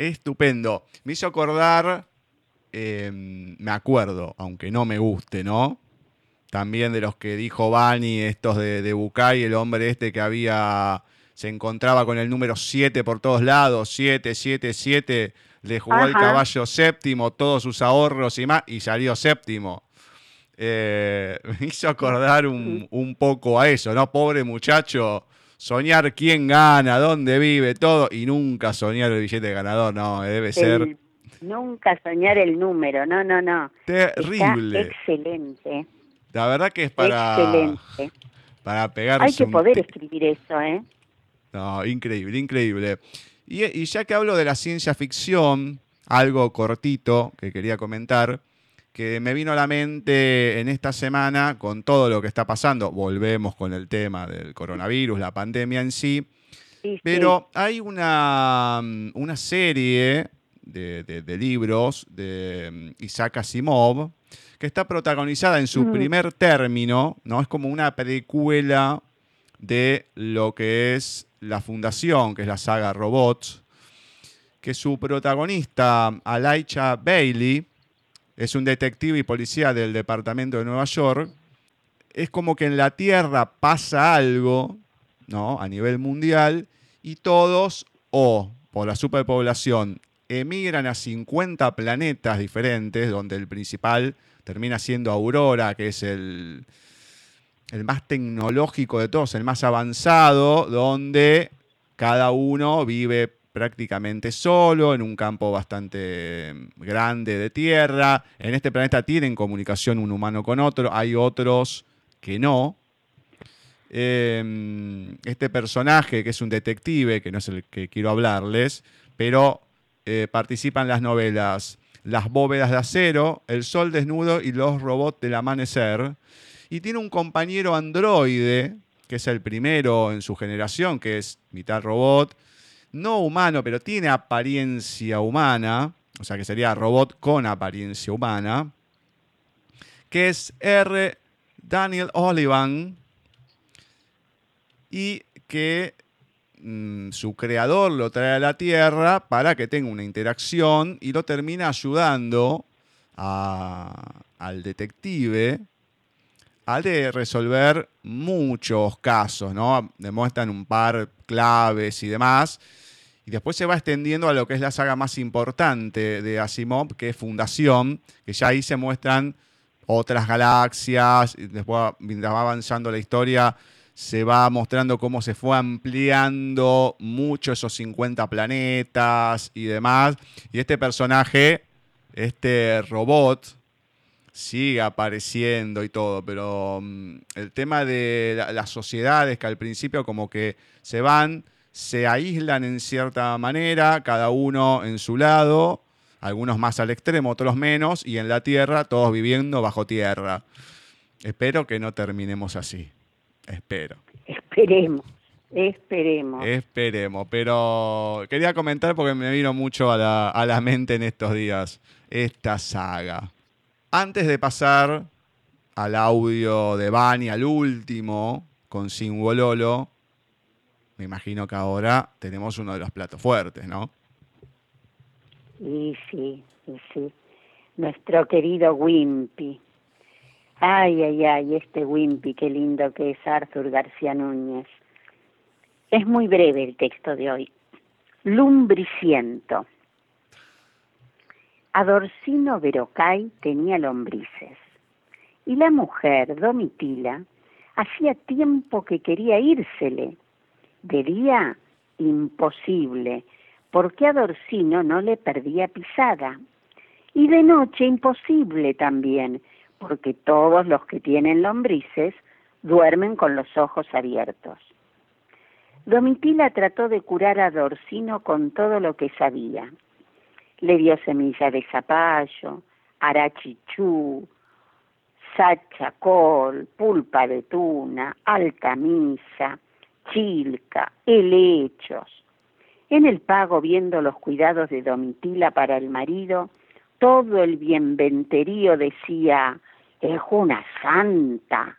Estupendo. Me hizo acordar, eh, me acuerdo, aunque no me guste, ¿no? También de los que dijo Bani, estos de, de Bucay, el hombre este que había, se encontraba con el número siete por todos lados, siete, siete, siete, le jugó al Ajá. caballo séptimo, todos sus ahorros y más, y salió séptimo. Eh, me hizo acordar un, un poco a eso, ¿no? Pobre muchacho, soñar quién gana, dónde vive, todo, y nunca soñar el billete ganador, no, debe ser El- nunca soñar el número, no, no, no. terrible. Está excelente, La verdad que es para, excelente. para pegarse Hay que un poder ti- escribir eso, ¿eh? No, increíble, increíble. Y, y ya que hablo de la ciencia ficción, algo cortito que quería comentar, que me vino a la mente en esta semana con todo lo que está pasando. Volvemos con el tema del coronavirus, la pandemia en sí. Sí, Pero hay una, mm, una serie de, de- de libros de mm, Isaac Asimov que está protagonizada en su Mm. primer término, ¿no? Es como una precuela de lo que es la fundación, que es la saga Robots, que su protagonista, Elijah Bailey, es un detective y policía del departamento de Nueva York. Es como que en la Tierra pasa algo, ¿no? A nivel mundial, y todos, o por la superpoblación, emigran a cincuenta planetas diferentes, donde el principal termina siendo Aurora, que es el, el más tecnológico de todos, el más avanzado, donde cada uno vive prácticamente solo, en un campo bastante grande de tierra. En este planeta tienen comunicación un humano con otro, hay otros que no. Eh, este personaje, que es un detective, que no es el que quiero hablarles, pero eh, participa en las novelas Las bóvedas de acero, El sol desnudo y Los robots del amanecer. Y tiene un compañero androide, que es el primero en su generación, que es mitad robot, no humano, pero tiene apariencia humana, o sea que sería robot con apariencia humana, que es R. Daniel Olivan, y que mmm, su creador lo trae a la Tierra para que tenga una interacción y lo termina ayudando a, al detective a de resolver muchos casos, ¿no? Demuestran un par claves y demás. Y después se va extendiendo a lo que es la saga más importante de Asimov, que es Fundación, que ya ahí se muestran otras galaxias. Y después, mientras va avanzando la historia, se va mostrando cómo se fue ampliando mucho esos cincuenta planetas y demás. Y este personaje, este robot, sigue apareciendo y todo, pero um, el tema de la, las sociedades que al principio como que se van, se aíslan en cierta manera, cada uno en su lado, algunos más al extremo, otros menos, y en la Tierra todos viviendo bajo tierra. Espero que no terminemos así. Espero. Esperemos, esperemos. Esperemos, pero quería comentar porque me vino mucho a la, a la mente en estos días esta saga. Antes de pasar al audio de Bani, al último, con Singololo, me imagino que ahora tenemos uno de los platos fuertes, ¿no? Y sí, y sí. Nuestro querido Wimpy. Ay, ay, ay, este Wimpy, qué lindo que es Arthur García Núñez. Es muy breve el texto de hoy. Lumbriciento. Adorcino Verocay tenía lombrices. Y la mujer, Domitila, hacía tiempo que quería írsele. De día, imposible, porque a Dorcino no le perdía pisada. Y de noche, imposible también, porque todos los que tienen lombrices duermen con los ojos abiertos. Domitila trató de curar a Dorcino con todo lo que sabía. Le dio semilla de zapallo, arachichú, sachacol, pulpa de tuna, alcamisa, chilca, helechos. En el pago, viendo los cuidados de Domitila para el marido, todo el bienventerío decía, es una santa.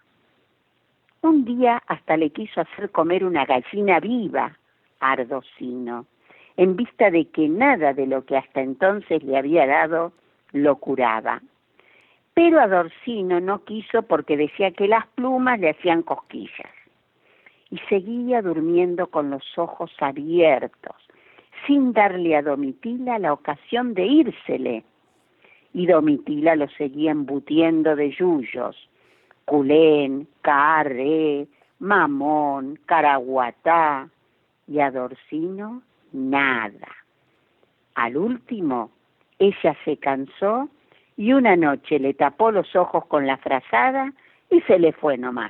Un día hasta le quiso hacer comer una gallina viva a Dorcino. en vista de que nada de lo que hasta entonces le había dado lo curaba. Pero a Dorsino no quiso porque decía que las plumas le hacían cosquillas. Y seguía durmiendo con los ojos abiertos, sin darle a Domitila la ocasión de írsele. Y Domitila lo seguía embutiendo de yuyos: culén, carré, mamón, caraguatá, y a Dorsino nada. Al último, ella se cansó y una noche le tapó los ojos con la frazada y se le fue nomás.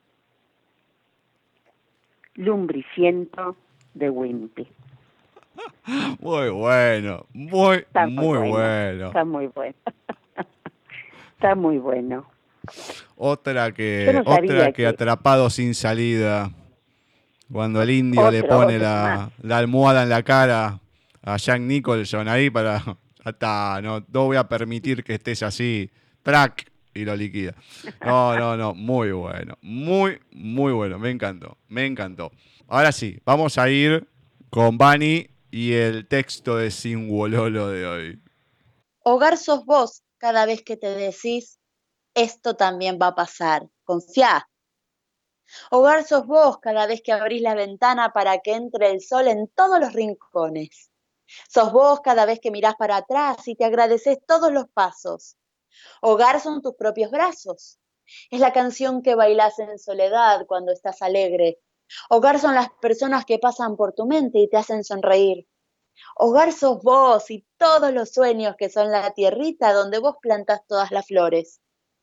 Lumbriciento de Wimpy. Muy bueno, muy, Está muy, muy bueno. bueno. Está muy bueno. Está muy bueno. Otra que, Yo no otra sabía que que- atrapado sin salida. Cuando el indio le Otro, pone otro la, más. la almohada en la cara a Jack Nicholson ahí para... Hasta, no, no voy a permitir que estés así. Track. Y lo liquida. No, no, no. Muy bueno. Muy, muy bueno. Me encantó. Me encantó. Ahora sí, vamos a ir con Bani y el texto de Singololo de hoy. Hogar sos vos cada vez que te decís, esto también va a pasar, confiá. Hogar sos vos cada vez que abrís la ventana para que entre el sol en todos los rincones. Sos vos cada vez que mirás para atrás y te agradeces todos los pasos. Hogar son tus propios brazos. Es la canción que bailás en soledad cuando estás alegre. Hogar son las personas que pasan por tu mente y te hacen sonreír. Hogar sos vos y todos los sueños que son la tierrita donde vos plantás todas las flores.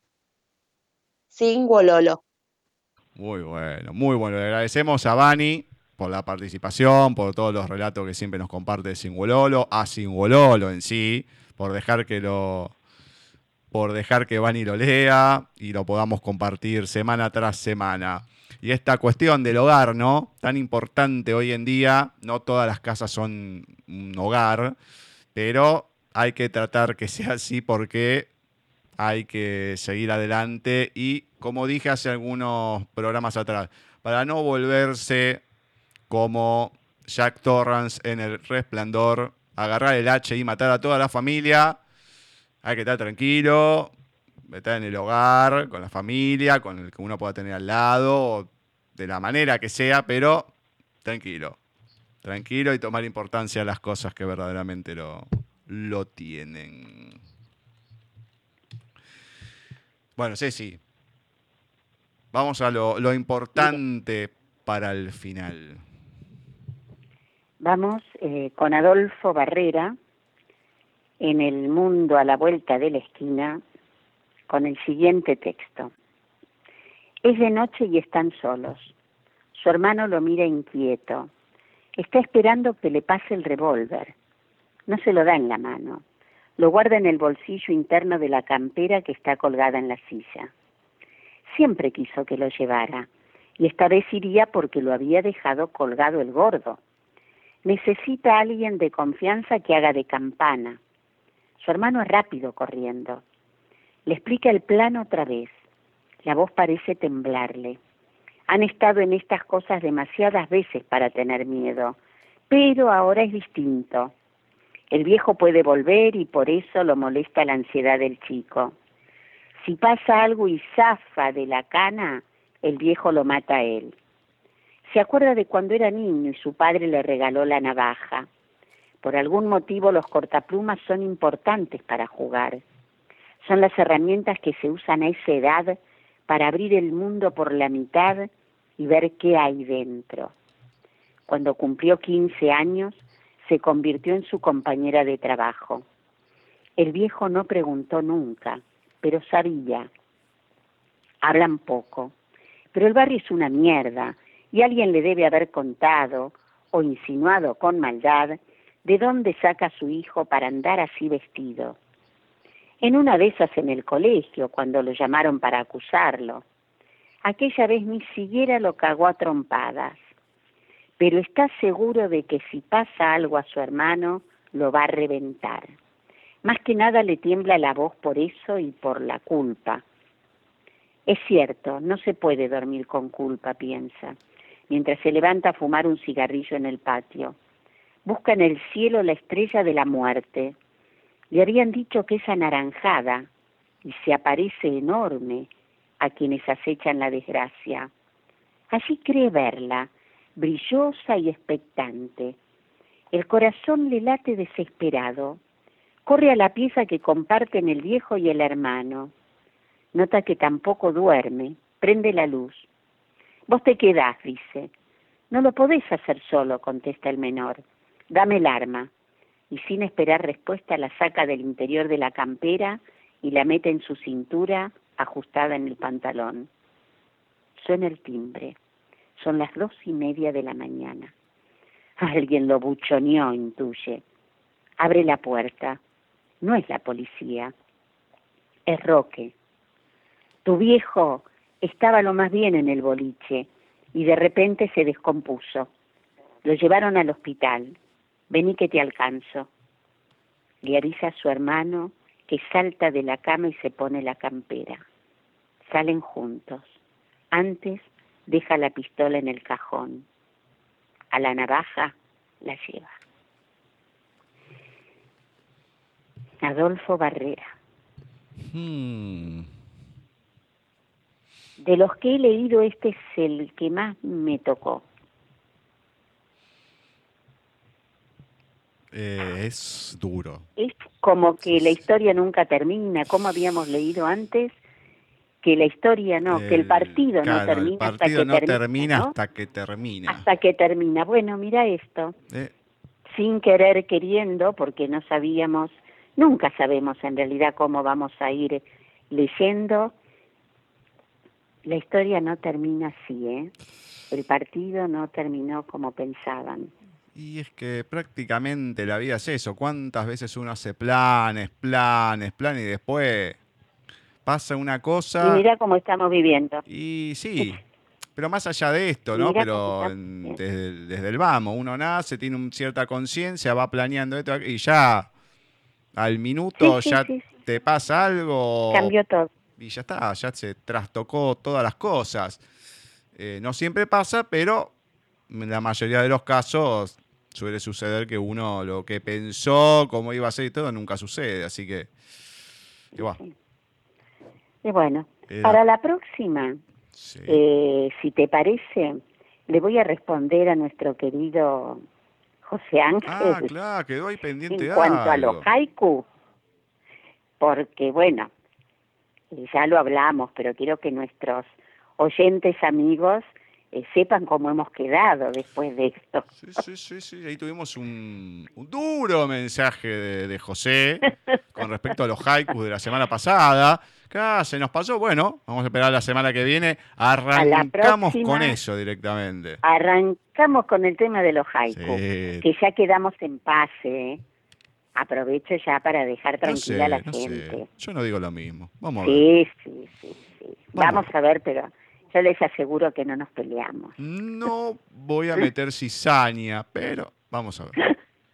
Singololo. Muy bueno, muy bueno. Le agradecemos a Bani por la participación, por todos los relatos que siempre nos comparte de Singololo, a Singololo en sí, por dejar que lo por dejar que Bani lo lea y lo podamos compartir semana tras semana. Y esta cuestión del hogar, ¿no? Tan importante hoy en día, no todas las casas son un hogar, pero hay que tratar que sea así porque hay que seguir adelante y, como dije hace algunos programas atrás, para no volverse como Jack Torrance en El Resplandor, agarrar el hacha y matar a toda la familia, hay que estar tranquilo, estar en el hogar, con la familia, con el que uno pueda tener al lado, de la manera que sea, pero tranquilo. Tranquilo y tomar importancia a las cosas que verdaderamente lo, lo tienen. Bueno, Ceci, vamos a lo, lo importante para el final. Vamos eh, con Adolfo Barrera en El mundo a la vuelta de la esquina con el siguiente texto. Es de noche y están solos. Su hermano lo mira inquieto. Está esperando que le pase el revólver. No se lo da en la mano. Lo guarda en el bolsillo interno de la campera que está colgada en la silla. Siempre quiso que lo llevara, y esta vez iría porque lo había dejado colgado el gordo. Necesita a alguien de confianza que haga de campana. Su hermano es rápido corriendo. Le explica el plan otra vez. La voz parece temblarle. Han estado en estas cosas demasiadas veces para tener miedo, pero ahora es distinto. El viejo puede volver y por eso lo molesta la ansiedad del chico. Si pasa algo y zafa de la cana, el viejo lo mata a él. Se acuerda de cuando era niño y su padre le regaló la navaja. Por algún motivo los cortaplumas son importantes para jugar. Son las herramientas que se usan a esa edad para abrir el mundo por la mitad y ver qué hay dentro. Cuando cumplió quince años, se convirtió en su compañera de trabajo. El viejo no preguntó nunca, pero sabía. Hablan poco, pero el barrio es una mierda y alguien le debe haber contado o insinuado con maldad de dónde saca a su hijo para andar así vestido. En una de esas en el colegio, cuando lo llamaron para acusarlo, aquella vez ni siquiera lo cagó a trompadas, pero está seguro de que si pasa algo a su hermano, lo va a reventar. Más que nada le tiembla la voz por eso y por la culpa. Es cierto, no se puede dormir con culpa, piensa, mientras se levanta a fumar un cigarrillo en el patio. busca en el cielo la estrella de la muerte. Le habían dicho que es anaranjada y se aparece enorme a quienes acechan la desgracia. Allí cree verla, brillosa y expectante. El corazón le late desesperado. Corre a la pieza que comparten el viejo y el hermano. Nota que tampoco duerme, prende la luz. Vos te quedás, dice. No lo podés hacer solo, contesta el menor. Dame el arma. Y sin esperar respuesta la saca del interior de la campera y la mete en su cintura ajustada en el pantalón. Suena el timbre. Son las dos y media de la mañana. Alguien lo buchoneó, intuye. Abre la puerta. No es la policía. Es Roque. Tu viejo estaba lo más bien en el boliche y de repente se descompuso. Lo llevaron al hospital. Vení que te alcanzo. Le avisa a su hermano que salta de la cama y se pone la campera. Salen juntos. Antes deja la pistola en el cajón. A la navaja la lleva. Adolfo Barrera. Hmm. De los que he leído, este es el que más me tocó. Eh, es duro. Es como que la historia nunca termina, como habíamos leído antes, que la historia no, el, que el partido claro, no termina el partido hasta que no termina, termina ¿no? hasta que termina. Hasta que termina. Bueno, mira esto. Eh. Sin querer queriendo, porque no sabíamos, nunca sabemos en realidad cómo vamos a ir leyendo. La historia no termina así, ¿eh? El partido no terminó como pensaban. Y es que prácticamente la vida es eso. ¿Cuántas veces uno hace planes, planes, planes y después pasa una cosa? Y mira cómo estamos viviendo. Y sí, pero más allá de esto, ¿no? Mira Pero desde, desde el vamos, uno nace, tiene una cierta conciencia, va planeando esto y ya al minuto sí, sí, ya sí, sí. te pasa algo. Cambió todo. Y ya está, ya se trastocó todas las cosas. Eh, no siempre pasa, pero en la mayoría de los casos suele suceder que uno lo que pensó, cómo iba a ser y todo, nunca sucede. Así que, y bueno. Sí. Y bueno, Era... para la próxima, sí. eh, si te parece, le voy a responder a nuestro querido José Ángel. Ah, claro, quedó ahí pendiente en cuanto algo. a los haiku, porque bueno, ya lo hablamos, pero quiero que nuestros oyentes amigos eh, sepan cómo hemos quedado después de esto. Sí, sí, sí, sí. Ahí tuvimos un, un duro mensaje de, de José con respecto a los haikus de la semana pasada. Acá se nos pasó, bueno, vamos a esperar la semana que viene. Arrancamos próxima, con eso directamente. Arrancamos con el tema de los haikus, sí. que ya quedamos en paz, ¿eh? Aprovecho ya para dejar tranquila no sé, a la no gente. Sé. Yo no digo lo mismo. Vamos sí, a ver. Sí, sí, sí. Vamos, Vamos a ver, pero yo les aseguro que no nos peleamos. No voy a meter cizaña, pero vamos a ver.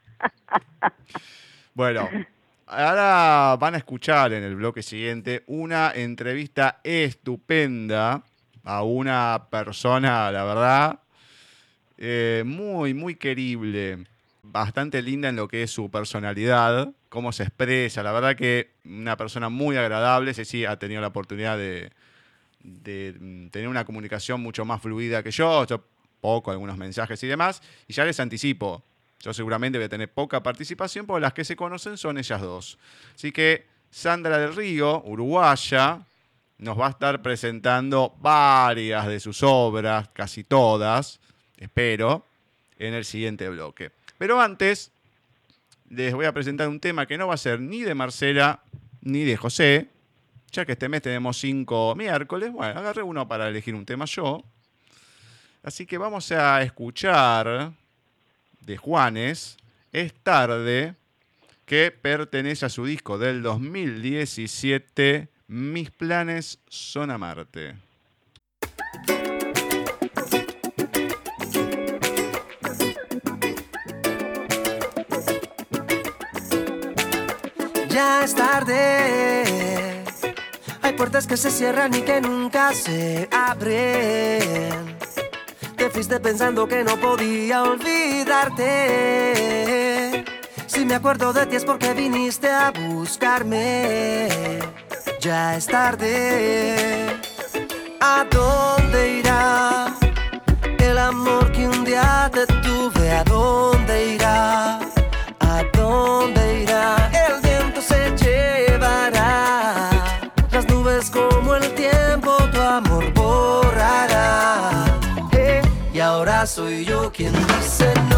Bueno, ahora van a escuchar en el bloque siguiente una entrevista estupenda a una persona, la verdad, eh, muy, muy querible. Bastante linda en lo que es su personalidad, cómo se expresa. La verdad que una persona muy agradable. Ceci ha tenido la oportunidad de, de tener una comunicación mucho más fluida que yo. Yo poco, algunos mensajes y demás. Y ya les anticipo, yo seguramente voy a tener poca participación, porque las que se conocen son ellas dos. Así que Sandra del Río, uruguaya, nos va a estar presentando varias de sus obras, casi todas, espero, en el siguiente bloque. Pero antes, les voy a presentar un tema que no va a ser ni de Marcela ni de José, ya que este mes tenemos cinco miércoles. Bueno, agarré uno para elegir un tema yo. Así que vamos a escuchar de Juanes, Es tarde, que pertenece a su disco del dos mil diecisiete, Mis planes son amarte. Ya es tarde, hay puertas que se cierran y que nunca se abren. Te fuiste pensando que no podía olvidarte. Si me acuerdo de ti es porque viniste a buscarme. Ya es tarde. ¿A dónde irá el amor que un día te tuve? ¿A dónde irá? ¿A dónde irá? El viento se llevará las nubes como el tiempo, tu amor borrará. Hey, y ahora soy yo quien dice no.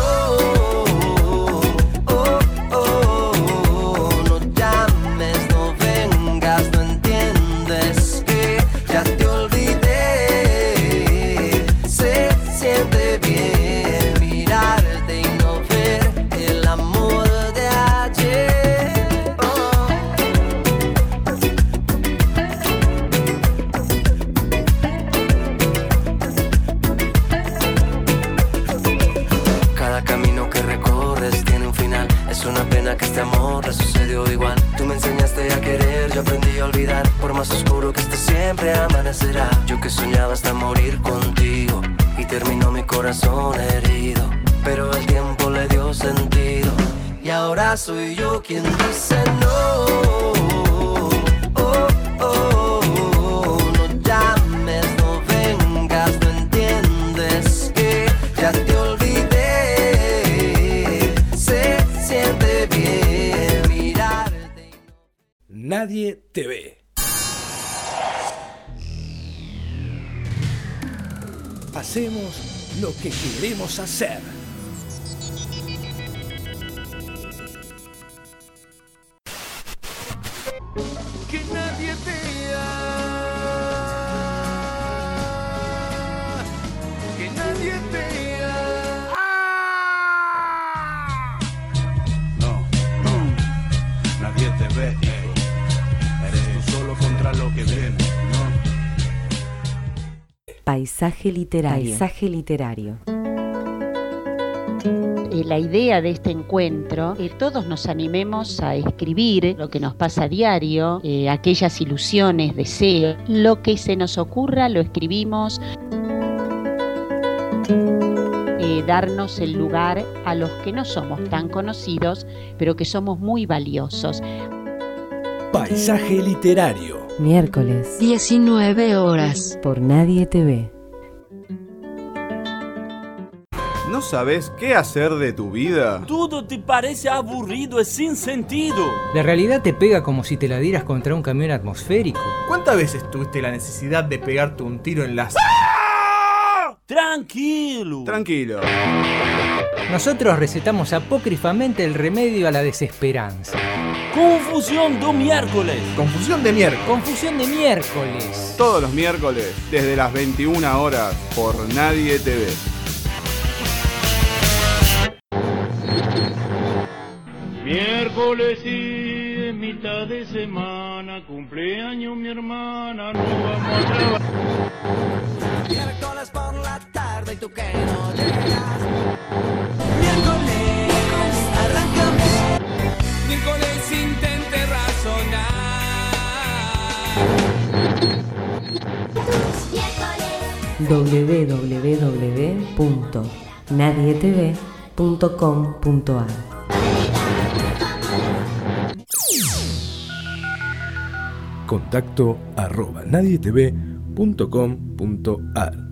Oh, oh, oh, no llames, no vengas, no entiendes que ya te olvidé. Se siente bien mirarte y no ver el amor de ayer. Oh. Cada camino que recorres tiene un final. Es una pena que este amor le sucedió igual. Tú me enseñaste a querer, yo aprendí a olvidar. Por más oscuro que esté siempre amanecerá. Yo que soñaba hasta morir contigo y terminó mi corazón herido, pero el tiempo le dio sentido. Y ahora soy yo quien dice no. Oh, oh, oh, no llames, no vengas, no entiendes que ya te olvidé. Se siente bien mirarte. Nadie te ve. Hacemos lo que queremos hacer. Que nadie vea, que nadie vea. No, no, nadie te ve, hijo. Eres tú solo contra lo que viene, ¿no? Paisaje literario. Paisaje literario. Eh, la idea de este encuentro, que todos nos animemos a escribir lo que nos pasa a diario, eh, aquellas ilusiones, deseos, lo que se nos ocurra lo escribimos, eh, darnos el lugar a los que no somos tan conocidos, pero que somos muy valiosos. Paisaje literario. Miércoles, diecinueve horas. por Nadie te ve. ¿No sabes qué hacer de tu vida? Todo te parece aburrido y sin sentido. La realidad te pega como si te la dieras contra un camión atmosférico. ¿Cuántas veces tuviste la necesidad de pegarte un tiro en las... ¡Ah! Tranquilo. Tranquilo. Nosotros recetamos apócrifamente el remedio a la desesperanza. Confusión de miércoles. Confusión de miércoles. Confusión de miércoles. Todos los miércoles, desde las veintiuna horas, por Nadie te ve. Miércoles y en mitad de semana, cumpleaños mi hermana, no vamos a trabajar. Miércoles por la tarde y tú que no llegas. Miércoles, arráncame. Miércoles intente razonar. doble u doble u doble u punto nadie te ve punto com punto a r Contacto arroba nadie te ve punto com punto a r